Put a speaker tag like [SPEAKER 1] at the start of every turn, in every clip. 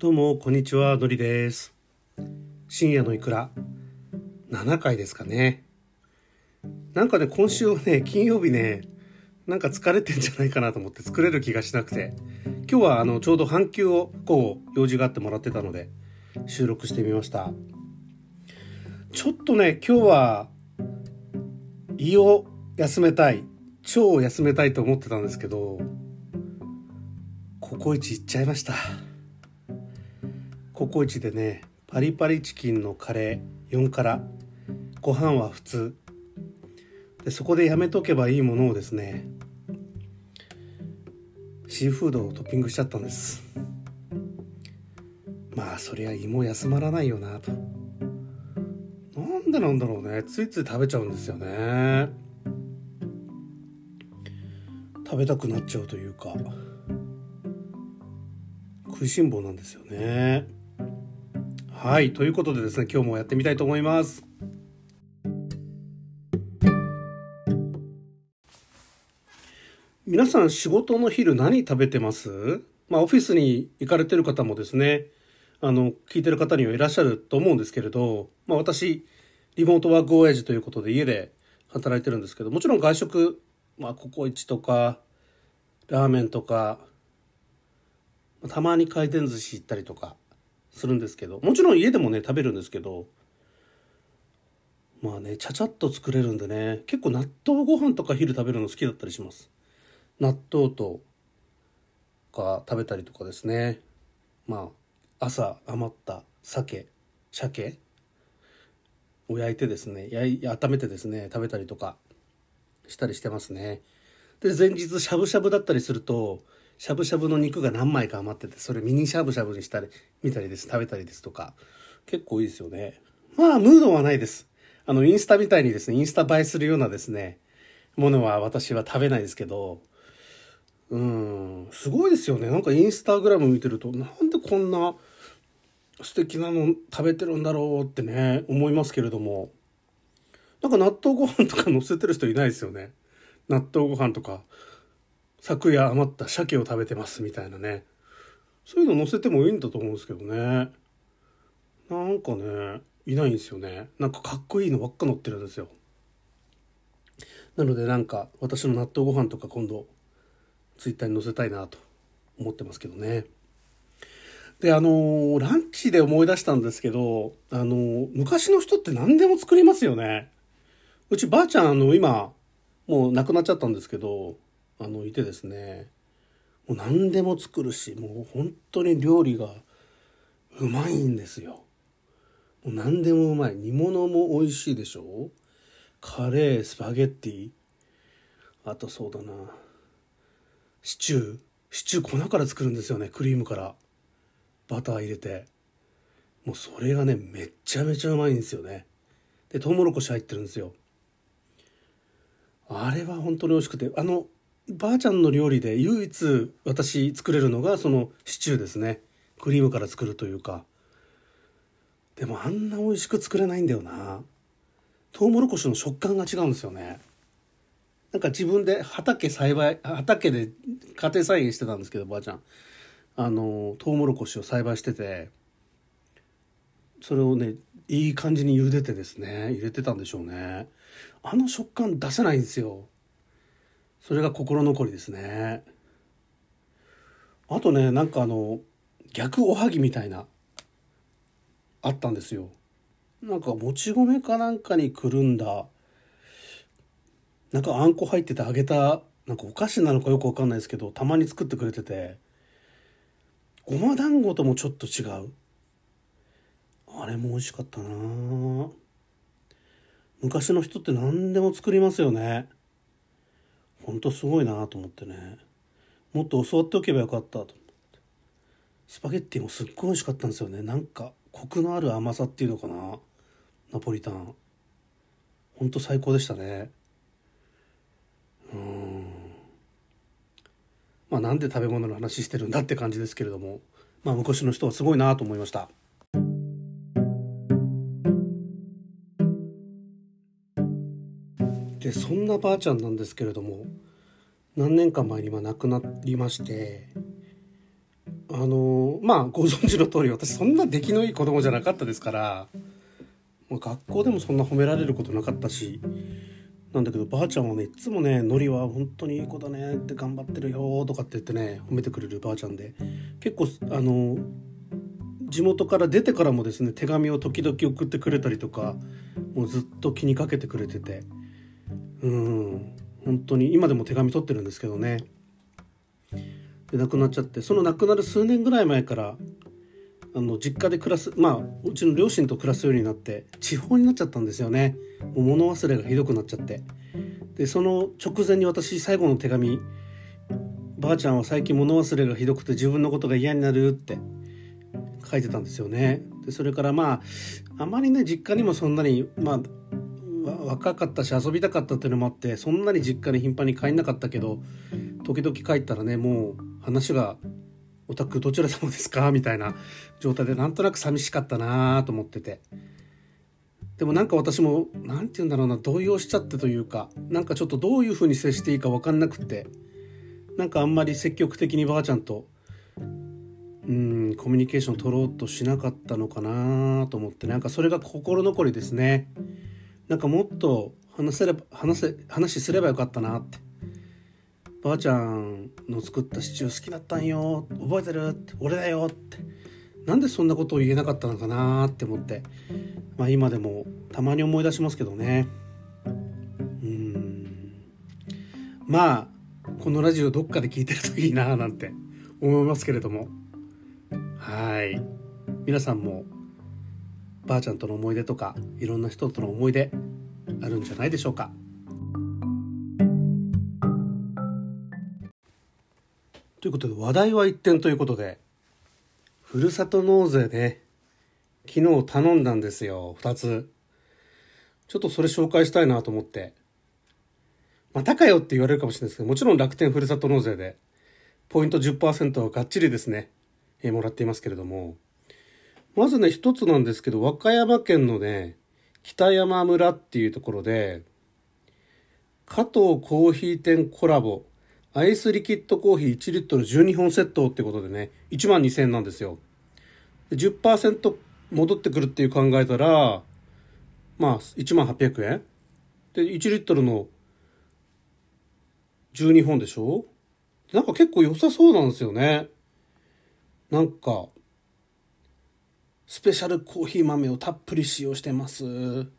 [SPEAKER 1] どうもこんにちは、のりです。深夜のいくら7回ですかね。なんかね、今週はね、金曜日ね、なんか疲れてんじゃないかなと思って作れる気がしなくて、今日はちょうど半休を用事があってもらってたので収録してみました。ちょっとね、今日は胃を休めたい、腸を休めたいと思ってたんですけど、ココイチ行っちゃいました。ココイチでね、パリパリチキンのカレー4辛、ご飯は普通で、そこでやめとけばいいものをですね、シーフードをトッピングしちゃったんです。まあそりゃ胃も休まらないよなと。なんでなんだろうね、ついつい食べちゃうんですよね。食べたくなっちゃうというか、食いしん坊なんですよね。はい、ということでですね、今日もやってみたいと思います。皆さん仕事の昼何食べてます？オフィスに行かれてる方もですね、聞いてる方にはいらっしゃると思うんですけれど、私リモートワーク親父ということで家で働いてるんですけど、もちろん外食、ココイチとかラーメンとか、たまに回転寿司行ったりとかするんですけど、もちろん家でもね食べるんですけど、ちゃちゃっと作れるんでね、結構納豆ご飯とか昼食べるの好きだったりします。納豆とか食べたりとかですね。朝余った鮭を焼いてですね、温めてですね食べたりとかしたりしてますね。で、前日しゃぶしゃぶだったりすると、しゃぶしゃぶの肉が何枚か余ってて、それミニしゃぶしゃぶにしたり見たりです、食べたりですとか、結構いいですよね。ムードはないです。インスタみたいにですね、インスタ映えするようなですねものは私は食べないですけど、すごいですよね。なんかインスタグラム見てると、なんでこんな素敵なの食べてるんだろうってね思いますけれども、なんか納豆ご飯とか載せてる人いないですよね。納豆ご飯とか、昨夜余った鮭を食べてますみたいなね、そういうの載せてもいいんだと思うんですけどね。なんかね、いないんですよね。なんかかっこいいのばっか載ってるんですよ。なのでなんか私の納豆ご飯とか今度ツイッターに載せたいなと思ってますけどね。で、ランチで思い出したんですけど、昔の人って何でも作りますよね。うちばあちゃん、今もう亡くなっちゃったんですけど、いてですね、もう何でも作るし、もう本当に料理がうまいんですよ。もう何でもうまい。煮物も美味しいでしょ。カレー、スパゲッティ、あとそうだな、シチュー粉から作るんですよね。クリームからバター入れて、もうそれがねめっちゃめちゃうまいんですよね。で、トウモロコシ入ってるんですよ。あれは本当に美味しくて、ばあちゃんの料理で唯一私作れるのがそのシチューですね。クリームから作るというか。でもあんな美味しく作れないんだよな。トウモロコシの食感が違うんですよね。なんか自分で畑で家庭菜園してたんですけど、ばあちゃんトウモロコシを栽培してて、それをねいい感じに茹でてですね入れてたんでしょうね。あの食感出せないんですよ。それが心残りですね。あとね、なんか逆おはぎみたいなあったんですよ。なんかもち米かなんかにくるんだ、なんかあんこ入ってて揚げた、なんかお菓子なのかよくわかんないですけど、たまに作ってくれてて、ごま団子ともちょっと違う。あれも美味しかったな。昔の人って何でも作りますよね。ほんとすごいなと思ってね。もっと教わっておけばよかったと。スパゲッティもすっごい美味しかったんですよね。なんかコクのある甘さっていうのかな。ナポリタンほんと最高でしたね。なんで食べ物の話してるんだって感じですけれども、昔の人はすごいなと思いました。で、そんなばあちゃんなんですけれども、何年か前に亡くなりまして、 まあご存知の通り、私そんな出来のいい子供じゃなかったですから、まあ学校でもそんな褒められることなかったし、なんだけどばあちゃんはね、いつもね、のりは本当にいい子だねって頑張ってるよとかって言ってね、褒めてくれるばあちゃんで、結構地元から出てからもですね、手紙を時々送ってくれたりとか、もうずっと気にかけてくれてて、本当に今でも手紙取ってるんですけどね。で亡くなっちゃって、その亡くなる数年ぐらい前から実家で暮らす、まあうちの両親と暮らすようになって地方になっちゃったんですよね。もう物忘れがひどくなっちゃって、でその直前に私最後の手紙、ばあちゃんは最近物忘れがひどくて自分のことが嫌になるって書いてたんですよね。でそれからあまりね、実家にもそんなに若かったし遊びたかったっていうのもあって、そんなに実家に頻繁に帰んなかったけど、時々帰ったらね、もう話がお宅どちら様ですかみたいな状態で、なんとなく寂しかったなと思ってて、でもなんか私もなんて言うんだろうな、動揺しちゃってというか、なんかちょっとどういう風に接していいか分かんなくって、なんかあんまり積極的にばあちゃんとコミュニケーション取ろうとしなかったのかなと思って、なんかそれが心残りですね。なんかもっと話すればよかったなって。ばあちゃんの作ったシチュー好きだったんよ、覚えてるって、俺だよって、なんでそんなことを言えなかったのかなって思って、今でもたまに思い出しますけどね。このラジオどっかで聞いてるといいななんて思いますけれども、はい皆さんもばあちゃんとの思い出とか、いろんな人との思い出あるんじゃないでしょうか。ということで、話題は一点ということで、ふるさと納税ね、昨日頼んだんですよ、2つ。ちょっとそれ紹介したいなと思って。またかよって言われるかもしれないですけど、もちろん楽天ふるさと納税でポイント 10% をがっちりですね、もらっていますけれども、まずね、一つなんですけど、和歌山県のね、北山村っていうところで、加藤コーヒー店コラボアイスリキッドコーヒー1リットル12本セットってことでね、12,000円なんですよ。で 10% 戻ってくるっていう考えたら、18,000円で1リットルの12本でしょ。なんか結構良さそうなんですよね。なんかスペシャルコーヒー豆をたっぷり使用してます、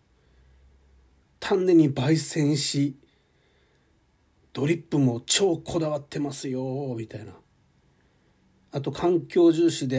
[SPEAKER 1] 丹念に焙煎しドリップも超こだわってますよみたいな、あと環境重視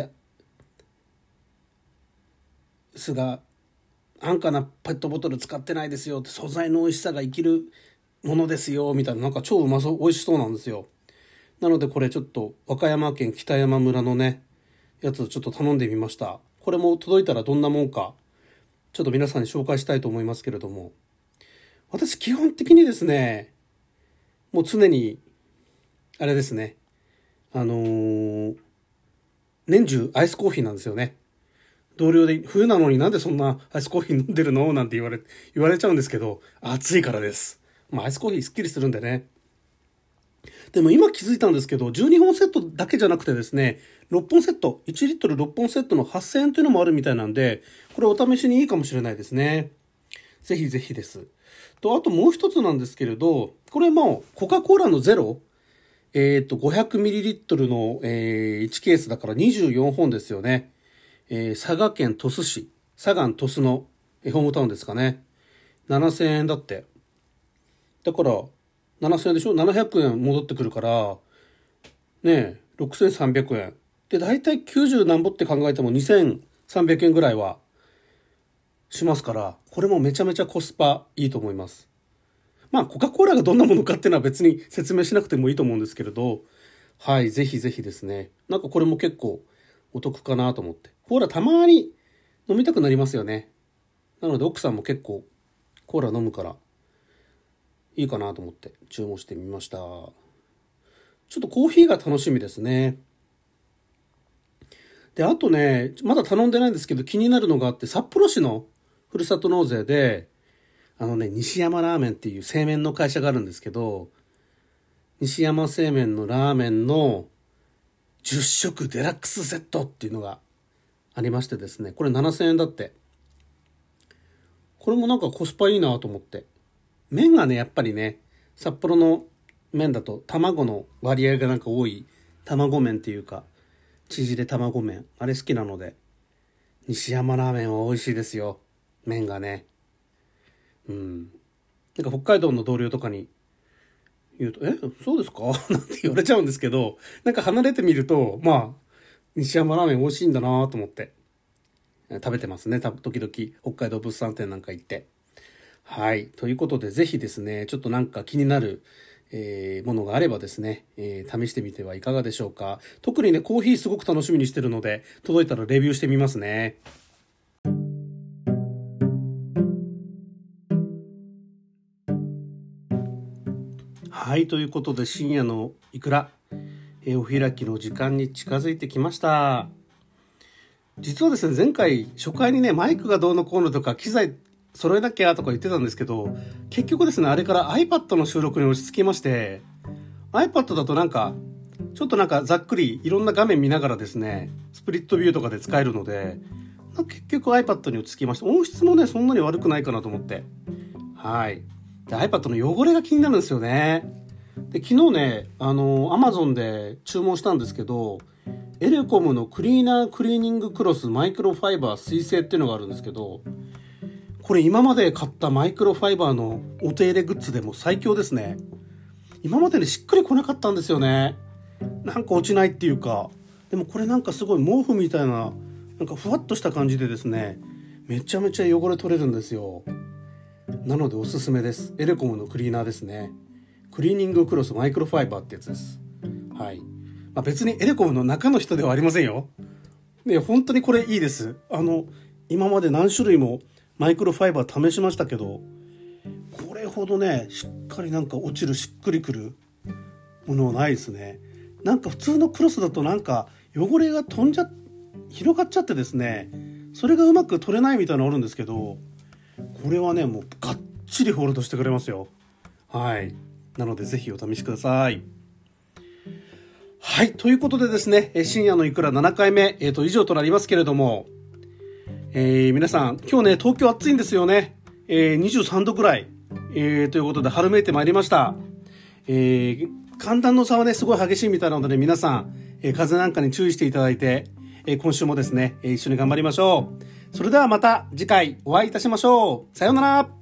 [SPEAKER 1] ですが安価なペットボトル使ってないですよって、素材の美味しさが生きるものですよみたいな、なんか超うまそう、美味しそうなんですよ。なのでこれちょっと和歌山県北山村のねやつちょっと頼んでみました。これも届いたらどんなもんかちょっと皆さんに紹介したいと思いますけれども、私基本的にですね、もう常にあれですね、年中アイスコーヒーなんですよね。同僚で冬なのになんでそんなアイスコーヒー飲んでるのなんて言われちゃうんですけど、暑いからです。アイスコーヒーすっきりするんでね。でも今気づいたんですけど、12本セットだけじゃなくてですね、6本セット、1リットル6本セットの8,000円というのもあるみたいなんで、これお試しにいいかもしれないですね。ぜひぜひです。と、あともう一つなんですけれど、これもコカ・コーラのゼロ、500ml の、1ケースだから24本ですよね。佐賀県鳥栖市、佐賀鳥栖のホームタウンですかね。7,000円だって。だから、7,000円でしょ？ 700 円戻ってくるから、ねえ、6,300円。で、だいたい90何ぼって考えても2,300円ぐらいはしますから、これもめちゃめちゃコスパいいと思います。コカ・コーラがどんなものかっていうのは別に説明しなくてもいいと思うんですけれど、はい、ぜひぜひですね。なんかこれも結構お得かなと思って。コーラたまに飲みたくなりますよね。なので奥さんも結構コーラ飲むからいいかなと思って注文してみました。ちょっとコーヒーが楽しみですね。で、あとね、まだ頼んでないんですけど気になるのがあって、札幌市のふるさと納税で、西山ラーメンっていう製麺の会社があるんですけど、西山製麺のラーメンの 10食デラックスセットっていうのがありましてですね、これ7000円だって。これもなんかコスパいいなと思って。麺がね、やっぱりね、札幌の麺だと卵の割合がなんか多い卵麺っていうか、縮れ卵麺、あれ好きなので、西山ラーメンは美味しいですよ。麺がね。なんか北海道の同僚とかに言うと、そうですかなんて言われちゃうんですけど、なんか離れてみると、まあ、西山ラーメン美味しいんだなと思って、食べてますね。時々、北海道物産展なんか行って。はい。ということで、ぜひですね、ちょっとなんか気になる、ものがあればですね、試してみてはいかがでしょうか。特にね、コーヒーすごく楽しみにしてるので、届いたらレビューしてみますね。はい、ということで深夜のいくら、お開きの時間に近づいてきました。実はですね、前回初回にね、マイクがどうのこうのとか機材揃えなきゃとか言ってたんですけど、結局ですね、あれから iPad の収録に落ち着きまして、 iPad だとなんかちょっとなんかざっくりいろんな画面見ながらですね、スプリットビューとかで使えるので、結局 iPad に落ち着きました。音質もね、そんなに悪くないかなと思って。はい。で、iPad の汚れが気になるんですよね。で、昨日ね、Amazon で注文したんですけど、エレコムのクリーナークリーニングクロスマイクロファイバー水性っていうのがあるんですけど、これ今まで買ったマイクロファイバーのお手入れグッズでも最強ですね。今までね、しっくりこなかったんですよね。なんか落ちないっていうか、でもこれなんかすごい毛布みたいな、なんかふわっとした感じでですね、めちゃめちゃ汚れ取れるんですよ。なのでおすすめです。エレコムのクリーナーですね。クリーニングクロスマイクロファイバーってやつです。はい。別にエレコムの中の人ではありませんよ。で、本当にこれいいです。今まで何種類もマイクロファイバー試しましたけど、これほどね、しっかりなんか落ちる、しっくりくるものはないですね。なんか普通のクロスだとなんか汚れが広がっちゃってですね、それがうまく取れないみたいなのあるんですけど、これはね、もうがっちりホールドしてくれますよ。はい。なのでぜひお試しください。はい。ということでですね、深夜のいくら7回目、以上となりますけれども、皆さん、今日ね、東京暑いんですよね。23度くらい、ということで春めいてまいりました。寒暖の差はね、すごい激しいみたいなのでね、皆さん、風邪なんかに注意していただいて、今週もですね、一緒に頑張りましょう。それではまた次回お会いいたしましょう。さようなら。